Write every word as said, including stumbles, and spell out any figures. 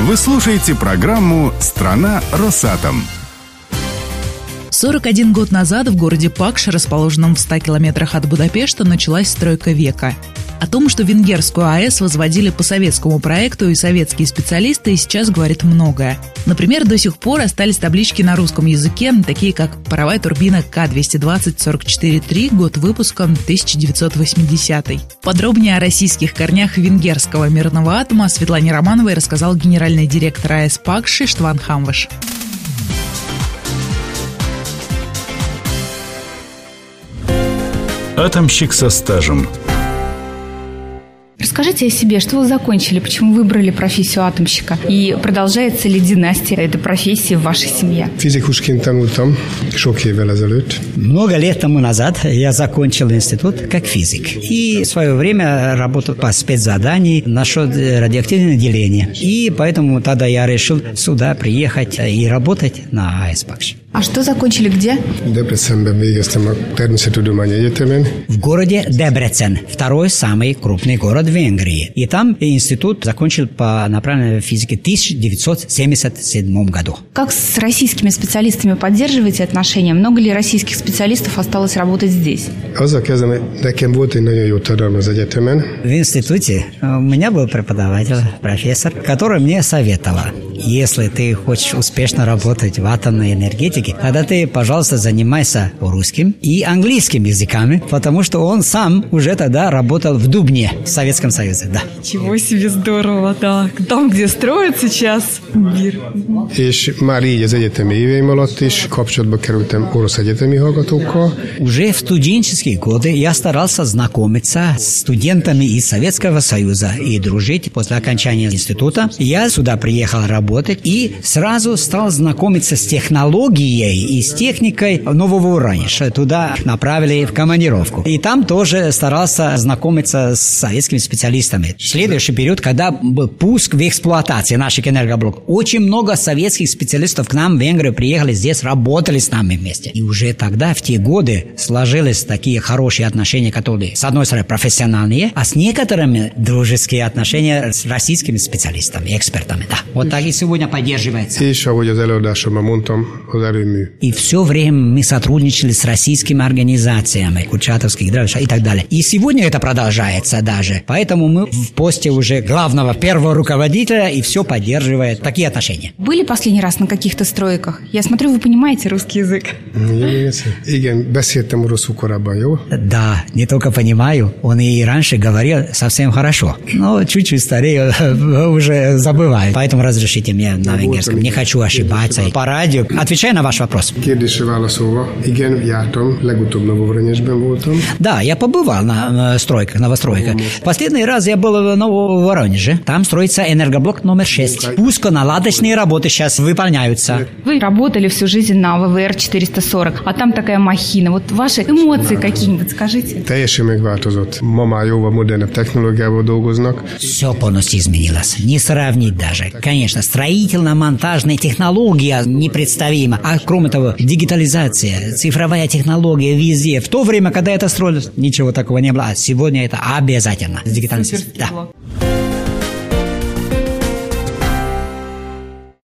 Вы слушаете программу «Страна Росатом». сорок один год назад в городе Пакш, расположенном в ста километрах от Будапешта, началась стройка века. О том, что венгерскую АЭС возводили по советскому проекту и советские специалисты, сейчас говорит многое. Например, до сих пор остались таблички на русском языке, такие как «Паровая турбина К двести двадцать сорок четыре три», год выпуска тысяча девятьсот восьмидесятый. Подробнее о российских корнях венгерского мирного атома Светлане Романовой рассказал генеральный директор АЭС Пакш Иштван Хамваш. Атомщик со стажем. Расскажите о себе, что вы закончили, почему выбрали профессию атомщика и продолжается ли династия этой профессии в вашей семье? Физикусként tanultam sok évvel ezelőtt. Много лет тому назад я закончил институт как физик. И в свое время работал по спецзаданию насчет радиоактивного деления. И поэтому тогда я решил сюда приехать и работать на АЭС Пакш. А что закончили где? Debrecenben végeztem a Természettudományi Egyetemen. В городе Дебрецен, второй самый крупный город Венгрии. И там институт закончил по направлению физики в тысяча девятьсот семьдесят седьмом году. Как с российскими специалистами поддерживаете отношения? Много ли российских специалистов осталось работать здесь? Azzal kezdem, hogy nekem volt egy nagyon jó tanárom az egyetemen. В институте у меня был преподаватель, профессор, который мне советовал: если ты хочешь успешно работать в атомной энергетике, тогда ты, пожалуйста, занимайся русским и английским языками, потому что он сам уже тогда работал в Дубне, в Советском Союзе, да. Ничего себе, здорово, да. Там, где строят сейчас мир. És már így az egyetemi éveim alatt is kapcsolatba kerültem orosz egyetemi hallgatókkal. Уже в студенческие годы я старался знакомиться с студентами из Советского Союза и дружить. После окончания института я сюда приехал работать и сразу стал знакомиться с технологией и с техникой нового урана. Туда направили в командировку. И там тоже старался знакомиться с советскими специалистами. В следующий период, когда был пуск в эксплуатации наших энергоблоков, очень много советских специалистов к нам в Венгрию приехали, здесь работали с нами вместе. И уже тогда, в те годы, сложились такие хорошие отношения, которые, с одной стороны, профессиональные, а с некоторыми дружеские отношения с российскими специалистами, экспертами. Да. Вот так и сегодня поддерживается. És ahogy az előadásomban mondtam, az erőmű. И все время мы сотрудничали с российскими организациями, Курчатовских и так далее. И сегодня это продолжается даже. Поэтому мы в посте уже главного первого руководителя и все поддерживает такие отношения. Были последний раз на каких-то стройках? Я смотрю, вы понимаете русский язык. Igen, beszéltem oroszul korábban, jó? Да, не только понимаю, он и раньше говорил совсем хорошо. Но чуть-чуть старее уже забываю. Поэтому разрешите мне на венгерском. Не хочу ошибаться. По радио. Отвечаю на ваш вопрос. Kérdésre válaszolva, igen, jártam, legutóbb Нововоронежben voltam. Да, я побывал на стройках, новостройках. Последний раз я был в Нововоронеже. Там строится энергоблок номер шесть. Пусконаладочные работы сейчас выполняются. Вы работали всю жизнь на ВВР четыреста сорок, а там такая махина. Вот ваши эмоции какие-нибудь скажите. Teljesen megváltozott. Ma már jóval modernebb technológiával dolgoznak. Все полностью изменилось. Не сравнить даже. Конечно, строительно-монтажная технология непредставима. А кроме того, дигитализация, цифровая технология везде. В то время, когда это строилось, ничего такого не было. А сегодня это обязательно. Дигитализация. Да.